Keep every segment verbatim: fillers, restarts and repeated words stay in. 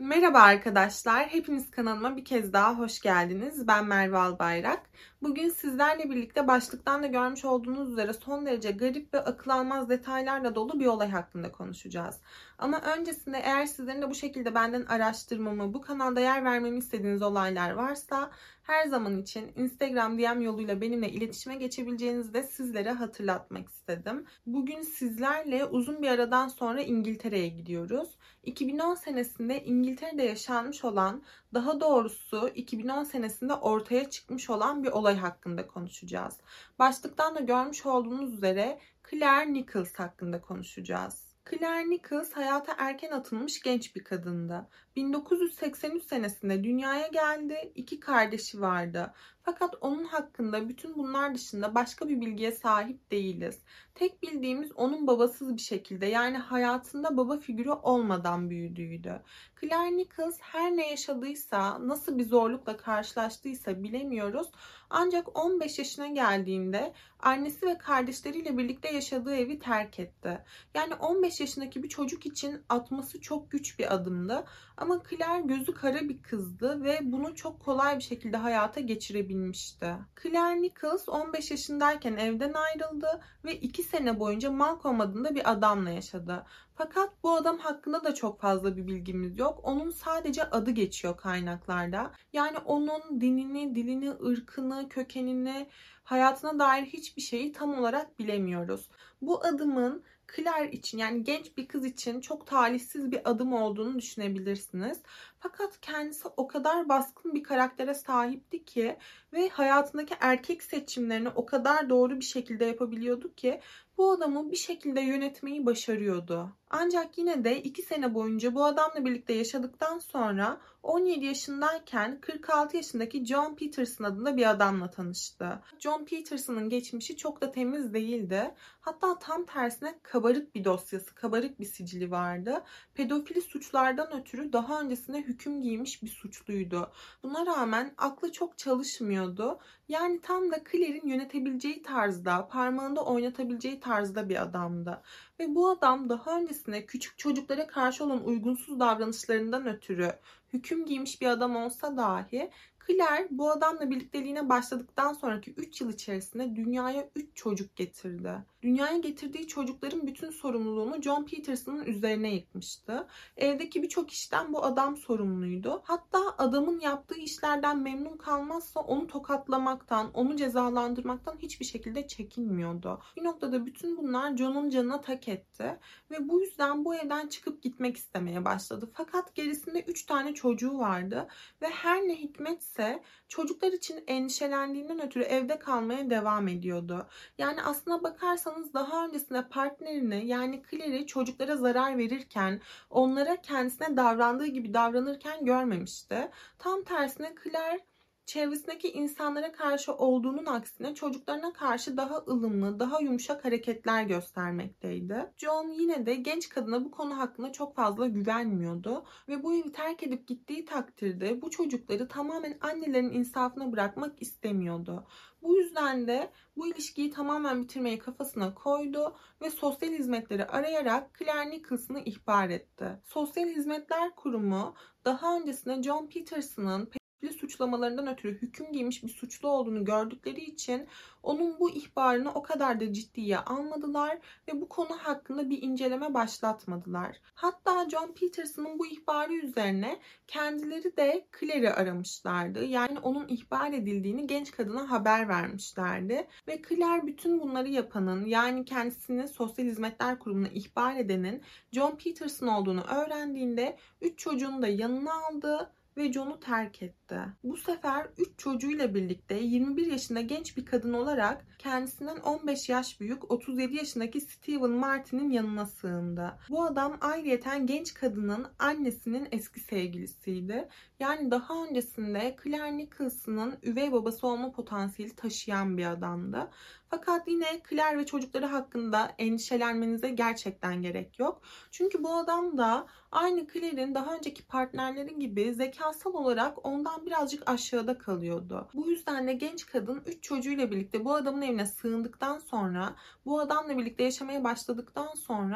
Merhaba arkadaşlar, hepiniz kanalıma bir kez daha hoş geldiniz. Ben Merve Albayrak. Bugün sizlerle birlikte başlıktan da görmüş olduğunuz üzere son derece garip ve akıl almaz detaylarla dolu bir olay hakkında konuşacağız. Ama öncesinde eğer sizlerin de bu şekilde benden araştırmamı, bu kanalda yer vermemi istediğiniz olaylar varsa her zaman için Instagram D M yoluyla benimle iletişime geçebileceğinizi de sizlere hatırlatmak istedim. Bugün sizlerle uzun bir aradan sonra İngiltere'ye gidiyoruz. iki bin on senesinde İngiltere'de yaşanmış olan, daha doğrusu iki bin on senesinde ortaya çıkmış olan bir olay hakkında konuşacağız. Başlıktan da görmüş olduğunuz üzere Claire Nichols hakkında konuşacağız. Claire Nichols hayata erken atılmış genç bir kadındı. bin dokuz yüz seksen üç senesinde dünyaya geldi, iki kardeşi vardı. Fakat onun hakkında bütün bunlar dışında başka bir bilgiye sahip değiliz. Tek bildiğimiz onun babasız bir şekilde, yani hayatında baba figürü olmadan büyüdüğüydü. Claire Nichols her ne yaşadıysa, nasıl bir zorlukla karşılaştıysa bilemiyoruz. Ancak on beş yaşına geldiğinde annesi ve kardeşleriyle birlikte yaşadığı evi terk etti. Yani on beş yaşındaki bir çocuk için atması çok güç bir adımdı. Ama Claire gözü kara bir kızdı ve bunu çok kolay bir şekilde hayata geçirebilmişti. Claire Nichols on beş yaşındayken evden ayrıldı ve iki sene boyunca Malcolm adında bir adamla yaşadı. Fakat bu adam hakkında da çok fazla bir bilgimiz yok. Onun sadece adı geçiyor kaynaklarda. Yani onun dinini, dilini, ırkını, kökenini, hayatına dair hiçbir şeyi tam olarak bilemiyoruz. Bu adımın Claire için, yani genç bir kız için çok talihsiz bir adım olduğunu düşünebilirsiniz. Fakat kendisi o kadar baskın bir karaktere sahipti ki ve hayatındaki erkek seçimlerini o kadar doğru bir şekilde yapabiliyordu ki bu adamı bir şekilde yönetmeyi başarıyordu. Ancak yine de iki sene boyunca bu adamla birlikte yaşadıktan sonra on yedi yaşındayken kırk altı yaşındaki John Peterson adında bir adamla tanıştı. John Peterson'ın geçmişi çok da temiz değildi. Hatta tam tersine kabarık bir dosyası, kabarık bir sicili vardı. Pedofili suçlardan ötürü daha öncesinde hüküm giymiş bir suçluydu. Buna rağmen aklı çok çalışmıyordu. Yani tam da Claire'in yönetebileceği tarzda, parmağında oynatabileceği tarzda bir adamdı. Ve bu adam daha öncesinde küçük çocuklara karşı olan uygunsuz davranışlarından ötürü hüküm giymiş bir adam olsa dahi Claire bu adamla birlikteliğine başladıktan sonraki üç yıl içerisinde dünyaya üç çocuk getirdi. Dünyaya getirdiği çocukların bütün sorumluluğunu John Peterson'ın üzerine yıkmıştı. Evdeki birçok işten bu adam sorumluydu. Hatta adamın yaptığı işlerden memnun kalmazsa onu tokatlamaktan, onu cezalandırmaktan hiçbir şekilde çekinmiyordu. Bir noktada bütün bunlar John'un canına tak etti ve bu yüzden bu evden çıkıp gitmek istemeye başladı. Fakat gerisinde üç tane çocuğu vardı ve her ne hikmetse çocuklar için endişelendiğinden ötürü evde kalmaya devam ediyordu. Yani aslına bakarsanız daha öncesinde partnerini, yani Claire'i çocuklara zarar verirken, onlara kendisine davrandığı gibi davranırken görmemişti. Tam tersine Claire çevresindeki insanlara karşı olduğunun aksine çocuklarına karşı daha ılımlı, daha yumuşak hareketler göstermekteydi. John yine de genç kadına bu konu hakkında çok fazla güvenmiyordu ve bu evi terk edip gittiği takdirde bu çocukları tamamen annelerin insafına bırakmak istemiyordu. Bu yüzden de bu ilişkiyi tamamen bitirmeyi kafasına koydu ve sosyal hizmetleri arayarak Claire Nichols'ını ihbar etti. Sosyal Hizmetler Kurumu daha öncesinde John Peterson'ın suçlamalarından ötürü hüküm giymiş bir suçlu olduğunu gördükleri için onun bu ihbarını o kadar da ciddiye almadılar ve bu konu hakkında bir inceleme başlatmadılar. Hatta John Peterson'ın bu ihbarı üzerine kendileri de Claire'i aramışlardı. Yani onun ihbar edildiğini genç kadına haber vermişlerdi ve Claire bütün bunları yapanın, yani kendisini Sosyal Hizmetler Kurumu'na ihbar edenin John Peterson olduğunu öğrendiğinde üç çocuğunu da yanına aldı ve John'u terk etti. Bu sefer üç çocuğuyla birlikte yirmi bir yaşında genç bir kadın olarak kendisinden on beş yaş büyük otuz yedi yaşındaki Stephen Martin'in yanına sığındı. Bu adam ayrıyeten genç kadının annesinin eski sevgilisiydi. Yani daha öncesinde Claire Nichols'ın üvey babası olma potansiyeli taşıyan bir adamdı. Fakat yine Claire ve çocukları hakkında endişelenmenize gerçekten gerek yok. Çünkü bu adam da aynı Claire'in daha önceki partnerleri gibi zekasal olarak ondan birazcık aşağıda kalıyordu. Bu yüzden de genç kadın üç çocuğuyla birlikte bu adamın evine sığındıktan sonra, bu adamla birlikte yaşamaya başladıktan sonra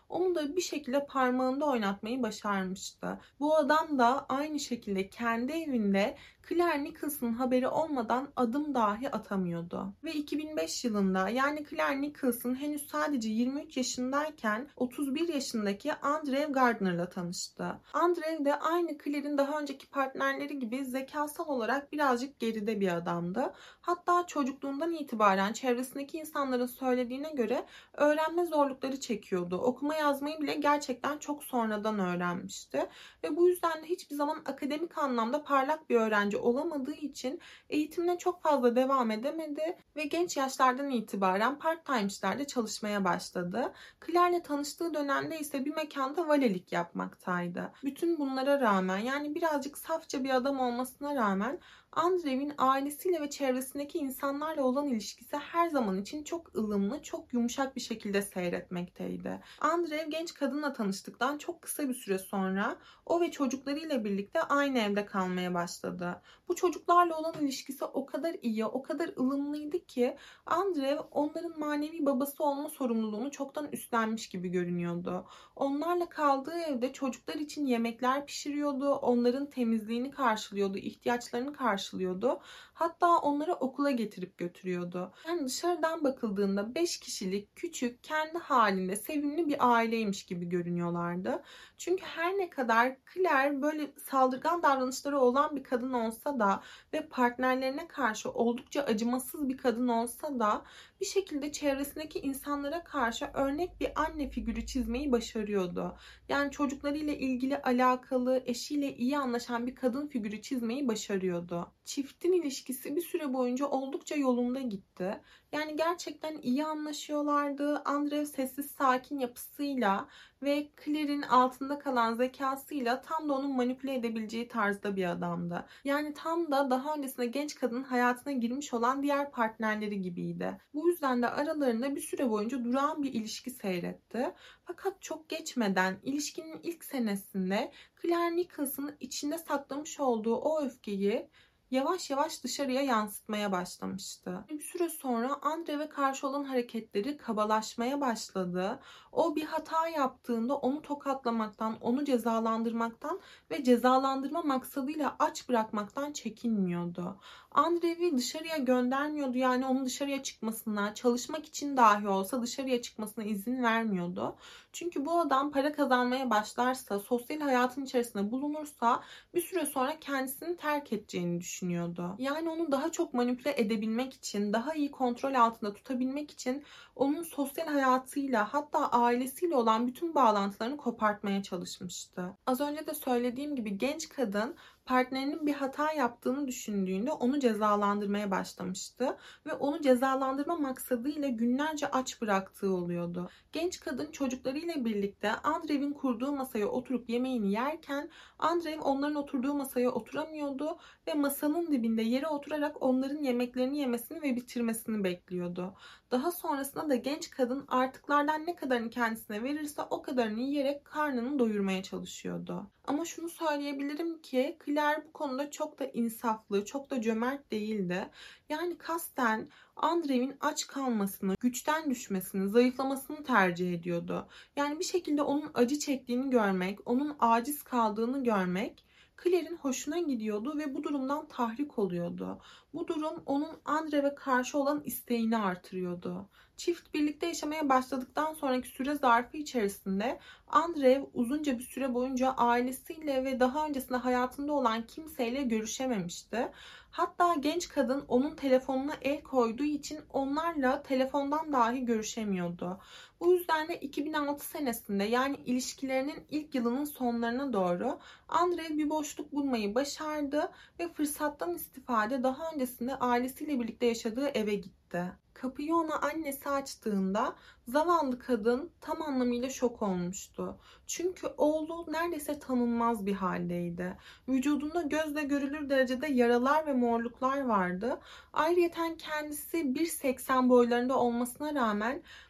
onu da bir şekilde parmağında oynatmayı başarmıştı. Bu adam da aynı şekilde kendi evinde Claire Nichols haberi olmadan adım dahi atamıyordu. Ve iki bin beş yılında, yani Claire Nichols henüz sadece yirmi üç yaşındayken otuz bir yaşındaki Andrew Gardner'la tanıştı. Andrew de aynı Claire'in daha önceki partnerleri gibi zekasal olarak birazcık geride bir adamdı. Hatta çocukluğundan itibaren çevresindeki insanların söylediğine göre öğrenme zorlukları çekiyordu. Okuma yazmayı bile gerçekten çok sonradan öğrenmişti. Ve bu yüzden de hiçbir zaman akademik anlamda parlak bir öğrenci olamadığı için eğitimine çok fazla devam edemedi ve genç yaşlardan itibaren part-time işlerde çalışmaya başladı. Claire'le tanıştığı dönemde ise bir mekanda valelik yapmaktaydı. Bütün bunlara rağmen, yani birazcık safça bir adam olmasına rağmen, Andrew'in ailesiyle ve çevresindeki insanlarla olan ilişkisi her zaman için çok ılımlı, çok yumuşak bir şekilde seyretmekteydi. Andrew genç kadınla tanıştıktan çok kısa bir süre sonra o ve çocuklarıyla birlikte aynı evde kalmaya başladı. Bu çocuklarla olan ilişkisi o kadar iyi, o kadar ılımlıydı ki Andrew onların manevi babası olma sorumluluğunu çoktan üstlenmiş gibi görünüyordu. Onlarla kaldığı evde çocuklar için yemekler pişiriyordu, onların temizliğini karşılıyordu, ihtiyaçlarını karşılıyordu. Hatta onları okula getirip götürüyordu. Yani dışarıdan bakıldığında beş kişilik, küçük, kendi halinde sevimli bir aileymiş gibi görünüyorlardı. Çünkü her ne kadar Claire böyle saldırgan davranışları olan bir kadın olsa da ve partnerlerine karşı oldukça acımasız bir kadın olsa da bir şekilde çevresindeki insanlara karşı örnek bir anne figürü çizmeyi başarıyordu. Yani çocuklarıyla ilgili alakalı, eşiyle iyi anlaşan bir kadın figürü çizmeyi başarıyordu. Çiftin ilişkisi bir süre boyunca oldukça yolunda gitti. Yani gerçekten iyi anlaşıyorlardı. Andrew sessiz sakin yapısıyla ve Claire'in altında kalan zekasıyla tam da onu manipüle edebileceği tarzda bir adamdı. Yani tam da daha öncesinde genç kadının hayatına girmiş olan diğer partnerleri gibiydi. Bu yüzden de aralarında bir süre boyunca durağan bir ilişki seyretti. Fakat çok geçmeden ilişkinin ilk senesinde Claire Nichols'ın içinde saklamış olduğu o öfkeyi yavaş yavaş dışarıya yansıtmaya başlamıştı. Bir süre sonra Andrew'e karşı olan hareketleri kabalaşmaya başladı. O bir hata yaptığında onu tokatlamaktan, onu cezalandırmaktan ve cezalandırma maksadıyla aç bırakmaktan çekinmiyordu. Andrew'i dışarıya göndermiyordu, yani onun dışarıya çıkmasına, çalışmak için dahi olsa dışarıya çıkmasına izin vermiyordu. Çünkü bu adam para kazanmaya başlarsa, sosyal hayatın içerisinde bulunursa bir süre sonra kendisini terk edeceğini düşünüyordu. Yani onu daha çok manipüle edebilmek için, daha iyi kontrol altında tutabilmek için onun sosyal hayatıyla, hatta ailesiyle olan bütün bağlantılarını kopartmaya çalışmıştı. Az önce de söylediğim gibi genç kadın partnerinin bir hata yaptığını düşündüğünde onu cezalandırmaya başlamıştı ve onu cezalandırma maksadıyla günlerce aç bıraktığı oluyordu. Genç kadın çocuklarıyla birlikte Andrew'in kurduğu masaya oturup yemeğini yerken Andrew onların oturduğu masaya oturamıyordu ve masanın dibinde yere oturarak onların yemeklerini yemesini ve bitirmesini bekliyordu. Daha sonrasında da genç kadın artıklardan ne kadarını kendisine verirse o kadarını yiyerek karnını doyurmaya çalışıyordu. Ama şunu söyleyebilirim ki Claire bu konuda çok da insaflı, çok da cömert değildi. Yani kasten Andrew'in aç kalmasını, güçten düşmesini, zayıflamasını tercih ediyordu. Yani bir şekilde onun acı çektiğini görmek, onun aciz kaldığını görmek Claire'in hoşuna gidiyordu ve bu durumdan tahrik oluyordu. Bu durum onun Andrew'e karşı olan isteğini artırıyordu. Çift birlikte yaşamaya başladıktan sonraki süre zarfı içerisinde Andrew uzunca bir süre boyunca ailesiyle ve daha öncesinde hayatında olan kimseyle görüşememişti. Hatta genç kadın onun telefonuna el koyduğu için onlarla telefondan dahi görüşemiyordu. Bu yüzden de iki bin altı senesinde, yani ilişkilerinin ilk yılının sonlarına doğru Andrew bir boşluk bulmayı başardı ve fırsattan istifade daha öncesinde ailesiyle birlikte yaşadığı eve gitti. Kapıyı ona annesi açtığında zavallı kadın tam anlamıyla şok olmuştu. Çünkü oğlu neredeyse tanınmaz bir haldeydi. Vücudunda gözle görülür derecede yaralar ve morluklar vardı. Ayrıyeten kendisi bir seksen boylarında olmasına rağmen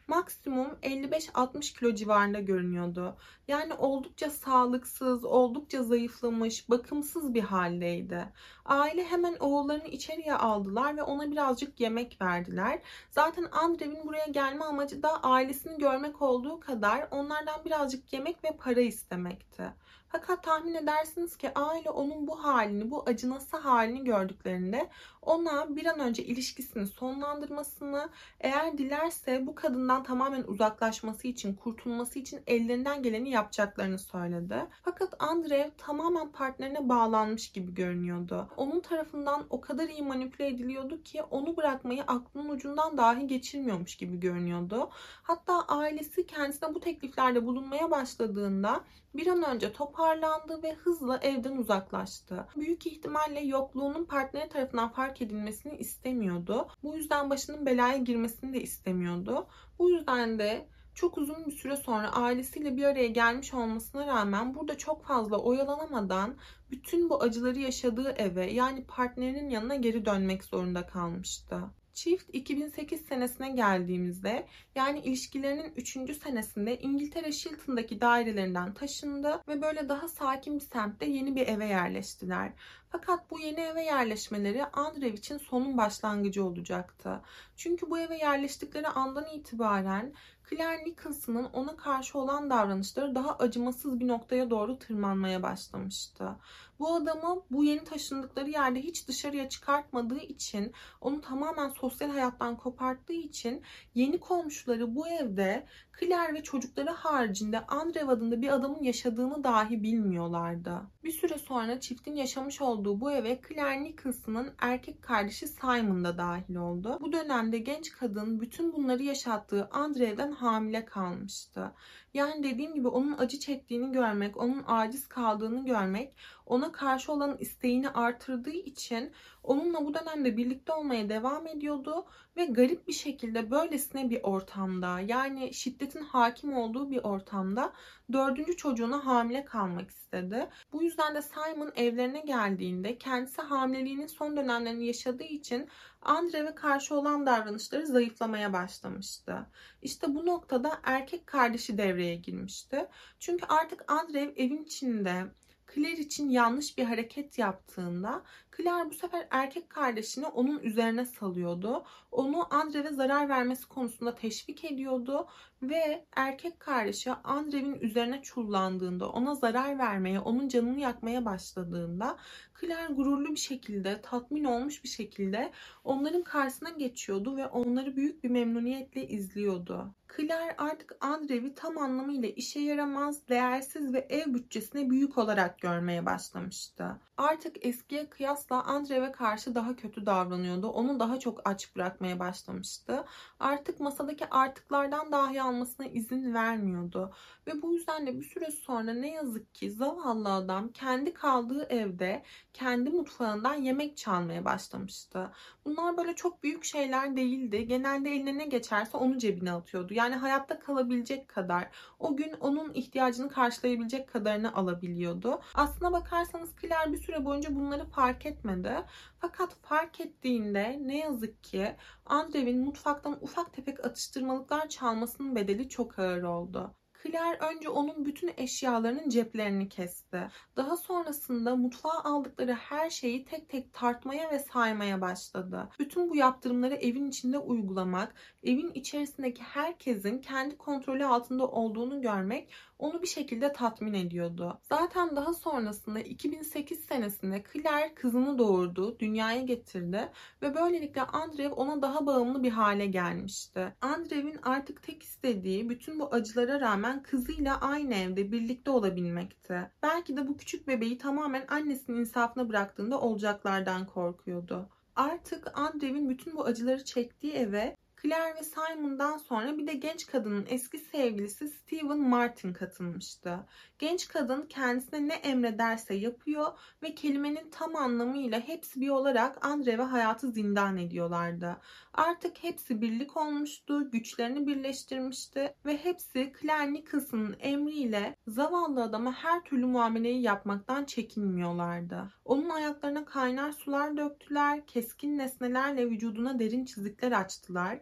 Maksimum elli beş altmış kilo civarında görünüyordu. Yani oldukça sağlıksız, oldukça zayıflamış, bakımsız bir haldeydi. Aile hemen oğullarını içeriye aldılar ve ona birazcık yemek verdiler. Zaten Andrew'in buraya gelme amacı da ailesini görmek olduğu kadar onlardan birazcık yemek ve para istemekti. Fakat tahmin edersiniz ki aile onun bu halini, bu acınası halini gördüklerinde ona bir an önce ilişkisini sonlandırmasını, eğer dilerse bu kadından tamamen uzaklaşması için, kurtulması için ellerinden geleni yapacaklarını söyledi. Fakat Andrew tamamen partnerine bağlanmış gibi görünüyordu. Onun tarafından o kadar iyi manipüle ediliyordu ki onu bırakmayı aklının ucundan dahi geçirmiyormuş gibi görünüyordu. Hatta ailesi kendisine bu tekliflerde bulunmaya başladığında bir an önce toparlandı ve hızla evden uzaklaştı. Büyük ihtimalle yokluğunun partneri tarafından fark edilmesini istemiyordu. Bu yüzden başının belaya girmesini de istemiyordu. Bu yüzden de çok uzun bir süre sonra ailesiyle bir araya gelmiş olmasına rağmen burada çok fazla oyalanamadan bütün bu acıları yaşadığı eve, yani partnerinin yanına geri dönmek zorunda kalmıştı. Çift iki bin sekiz senesine geldiğimizde, yani ilişkilerinin üçüncü senesinde İngiltere Shilton'daki dairelerinden taşındı ve böyle daha sakin bir semtte yeni bir eve yerleştiler. Fakat bu yeni eve yerleşmeleri Andrew için sonun başlangıcı olacaktı. Çünkü bu eve yerleştikleri andan itibaren Claire Nicholson'ın ona karşı olan davranışları daha acımasız bir noktaya doğru tırmanmaya başlamıştı. Bu adamı bu yeni taşındıkları yerde hiç dışarıya çıkartmadığı için, onu tamamen sosyal hayattan koparttığı için yeni komşuları bu evde Claire ve çocukları haricinde Andrew adında bir adamın yaşadığını dahi bilmiyorlardı. Bir süre sonra çiftin yaşamış olduğu bu eve Claire Nicholson'ın erkek kardeşi Simon da dahil oldu. Bu dönemde genç kadın bütün bunları yaşattığı Andrew'den hamile kalmıştı. Yani dediğim gibi onun acı çektiğini görmek, onun aciz kaldığını görmek ona karşı olan isteğini artırdığı için onunla bu dönemde birlikte olmaya devam ediyordu ve garip bir şekilde böylesine bir ortamda, yani şiddetin hakim olduğu bir ortamda dördüncü çocuğuna hamile kalmak istedi. Bu yüzden de Simon evlerine geldiğinde kendisi hamileliğinin son dönemlerini yaşadığı için Andrew'e karşı olan davranışları zayıflamaya başlamıştı. İşte bu noktada erkek kardeşi devreye girmişti. Çünkü artık Andrew evin içinde Claire için yanlış bir hareket yaptığında Claire bu sefer erkek kardeşini onun üzerine salıyordu. Onu Andrew'e zarar vermesi konusunda teşvik ediyordu ve erkek kardeşi Andrew'in üzerine çullandığında, ona zarar vermeye, onun canını yakmaya başladığında Claire gururlu bir şekilde, tatmin olmuş bir şekilde onların karşısına geçiyordu ve onları büyük bir memnuniyetle izliyordu. Claire artık Andrew'i tam anlamıyla işe yaramaz, değersiz ve ev bütçesine büyük olarak görmeye başlamıştı. Artık eskiye kıyasla Andrew'e karşı daha kötü davranıyordu. Onu daha çok aç bırakmaya başlamıştı. Artık masadaki artıklardan dahi almasına izin vermiyordu. Ve bu yüzden de bir süre sonra ne yazık ki zavallı adam kendi kaldığı evde kendi mutfağından yemek çalmaya başlamıştı. Bunlar böyle çok büyük şeyler değildi. Genelde eline ne geçerse onu cebine atıyordu. Yani hayatta kalabilecek kadar, o gün onun ihtiyacını karşılayabilecek kadarını alabiliyordu. Aslına bakarsanız Claire bir süre boyunca bunları fark etmedi. Fakat fark ettiğinde ne yazık ki Andrew'in mutfaktan ufak tefek atıştırmalıklar çalmasının bedeli çok ağır oldu. Claire önce onun bütün eşyalarının ceplerini kesti. Daha sonrasında mutfağa aldıkları her şeyi tek tek tartmaya ve saymaya başladı. Bütün bu yaptırımları evin içinde uygulamak, evin içerisindeki herkesin kendi kontrolü altında olduğunu görmek onu bir şekilde tatmin ediyordu. Zaten daha sonrasında iki bin sekiz senesinde Claire kızını doğurdu, dünyaya getirdi ve böylelikle Andrew ona daha bağımlı bir hale gelmişti. Andrew'in artık tek istediği bütün bu acılara rağmen kızıyla aynı evde birlikte olabilmekti. Belki de bu küçük bebeği tamamen annesinin insafına bıraktığında olacaklardan korkuyordu. Artık Andrew'in bütün bu acıları çektiği eve Claire ve Simon'dan sonra bir de genç kadının eski sevgilisi Stephen Martin katılmıştı. Genç kadın kendisine ne emrederse yapıyor ve kelimenin tam anlamıyla hepsi bir olarak Andrew'e hayatı zindan ediyorlardı. Artık hepsi birlik olmuştu, güçlerini birleştirmişti ve hepsi Claire Nicholson'ın emriyle zavallı adama her türlü muameleyi yapmaktan çekinmiyorlardı. Onun ayaklarına kaynar sular döktüler, keskin nesnelerle vücuduna derin çizikler açtılar.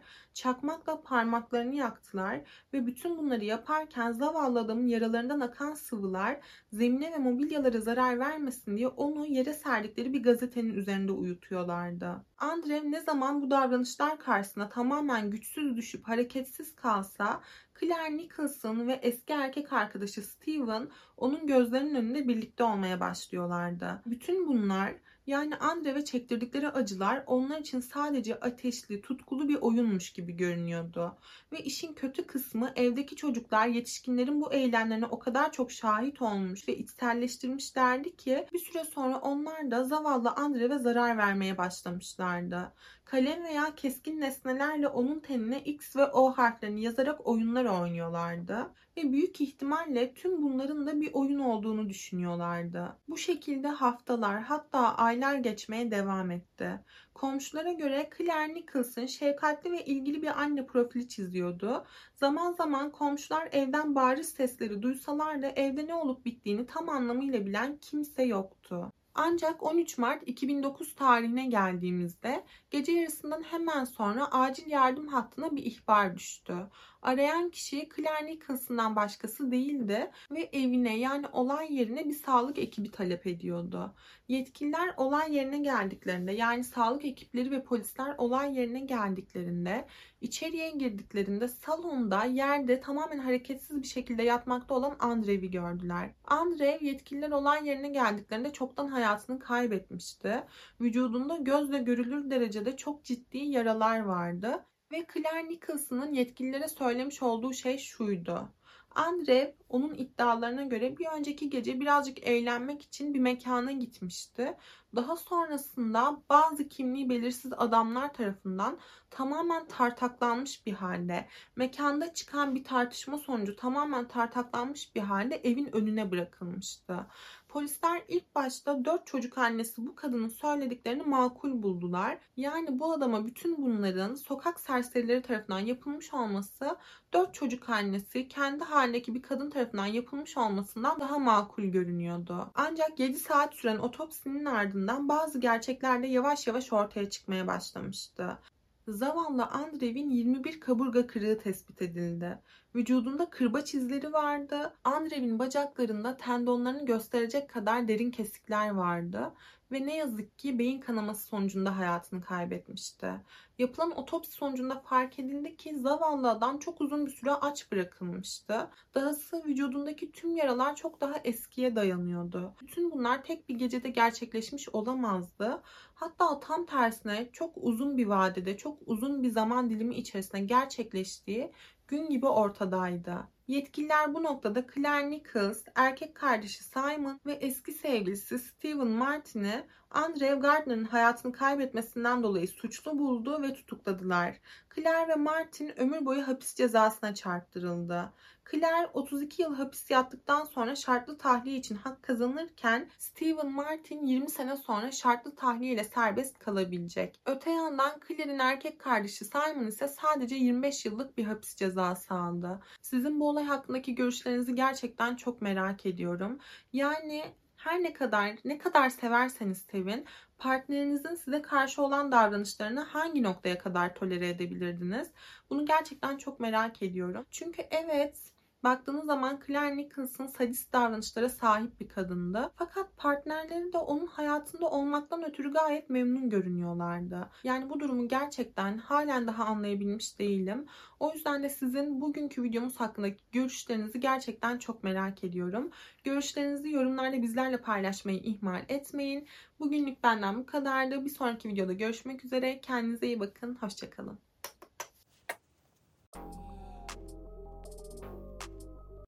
Çakmakla parmaklarını yaktılar ve bütün bunları yaparken zavallı adamın yaralarından akan sıvılar zemine ve mobilyalara zarar vermesin diye onu yere serdikleri bir gazetenin üzerinde uyutuyorlardı. Andrew ne zaman bu davranışlar karşısında tamamen güçsüz düşüp hareketsiz kalsa, Claire Nicholson ve eski erkek arkadaşı Steven onun gözlerinin önünde birlikte olmaya başlıyorlardı. Bütün bunlar, yani Andrew'e çektirdikleri acılar onlar için sadece ateşli, tutkulu bir oyunmuş gibi görünüyordu. Ve işin kötü kısmı, evdeki çocuklar yetişkinlerin bu eylemlerine o kadar çok şahit olmuş ve içselleştirmişlerdi ki bir süre sonra onlar da zavallı Andrew'e zarar vermeye başlamışlardı. Kalem veya keskin nesnelerle onun tenine X ve O harflerini yazarak oyunlar oynuyorlardı ve büyük ihtimalle tüm bunların da bir oyun olduğunu düşünüyorlardı. Bu şekilde haftalar, hatta aylar geçmeye devam etti. Komşulara göre Claire Nicholson şefkatli ve ilgili bir anne profili çiziyordu. Zaman zaman komşular evden bariz sesleri duysalar da evde ne olup bittiğini tam anlamıyla bilen kimse yoktu. Ancak on üç Mart iki bin dokuz tarihine geldiğimizde gece yarısından hemen sonra acil yardım hattına bir ihbar düştü. Arayan kişi Claire Nicholson'dan başkası değildi ve evine, yani olay yerine bir sağlık ekibi talep ediyordu. Yetkililer olay yerine geldiklerinde, yani sağlık ekipleri ve polisler olay yerine geldiklerinde, içeriye girdiklerinde salonda yerde tamamen hareketsiz bir şekilde yatmakta olan Andrew'i gördüler. Andrew, yetkililer olay yerine geldiklerinde çoktan hayatını kaybetmişti. Vücudunda gözle görülür derecede çok ciddi yaralar vardı. Ve Claire Nicholson'ın yetkililere söylemiş olduğu şey şuydu: Andrew, onun iddialarına göre bir önceki gece birazcık eğlenmek için bir mekana gitmişti. Daha sonrasında bazı kimliği belirsiz adamlar tarafından tamamen tartaklanmış bir halde, mekanda çıkan bir tartışma sonucu tamamen tartaklanmış bir halde evin önüne bırakılmıştı. Polisler ilk başta dört çocuk annesi bu kadının söylediklerini makul buldular. Yani bu adama bütün bunların sokak serserileri tarafından yapılmış olması, dört çocuk annesi kendi halindeki bir kadın tarafından yapılmış olmasından daha makul görünüyordu. Ancak yedi saat süren otopsinin ardından bazı gerçekler de yavaş yavaş ortaya çıkmaya başlamıştı. Zavallı Andrew'in yirmi bir kaburga kırığı tespit edildi. Vücudunda kırbaç izleri vardı. Andrew'in bacaklarında tendonlarını gösterecek kadar derin kesikler vardı ve ne yazık ki beyin kanaması sonucunda hayatını kaybetmişti. Yapılan otopsi sonucunda fark edildi ki zavallı adam çok uzun bir süre aç bırakılmıştı. Dahası vücudundaki tüm yaralar çok daha eskiye dayanıyordu. Bütün bunlar tek bir gecede gerçekleşmiş olamazdı. Hatta tam tersine çok uzun bir vadede, çok uzun bir zaman dilimi içerisinde gerçekleştiği gün gibi ortadaydı. Yetkililer bu noktada Claire Nichols, erkek kardeşi Simon ve eski sevgilisi Steven Martin'i Andrew Gardner'ın hayatını kaybetmesinden dolayı suçlu buldu ve tutukladılar. Claire ve Martin ömür boyu hapis cezasına çarptırıldı. Claire otuz iki yıl hapis yattıktan sonra şartlı tahliye için hak kazanırken Steven Martin yirmi sene sonra şartlı tahliye ile serbest kalabilecek. Öte yandan Claire'in erkek kardeşi Simon ise sadece yirmi beş yıllık bir hapis cezası aldı. Sizin bu olay hakkındaki görüşlerinizi gerçekten çok merak ediyorum. Yani her ne kadar ne kadar severseniz sevin, partnerinizin size karşı olan davranışlarını hangi noktaya kadar tolere edebilirdiniz? Bunu gerçekten çok merak ediyorum. Çünkü evet, baktığınız zaman Claire Nicholson sadist davranışlara sahip bir kadındı. Fakat partnerleri de onun hayatında olmaktan ötürü gayet memnun görünüyorlardı. Yani bu durumu gerçekten halen daha anlayabilmiş değilim. O yüzden de sizin bugünkü videomuz hakkındaki görüşlerinizi gerçekten çok merak ediyorum. Görüşlerinizi yorumlarda bizlerle paylaşmayı ihmal etmeyin. Bugünlük benden bu kadardı. Bir sonraki videoda görüşmek üzere. Kendinize iyi bakın. Hoşça kalın.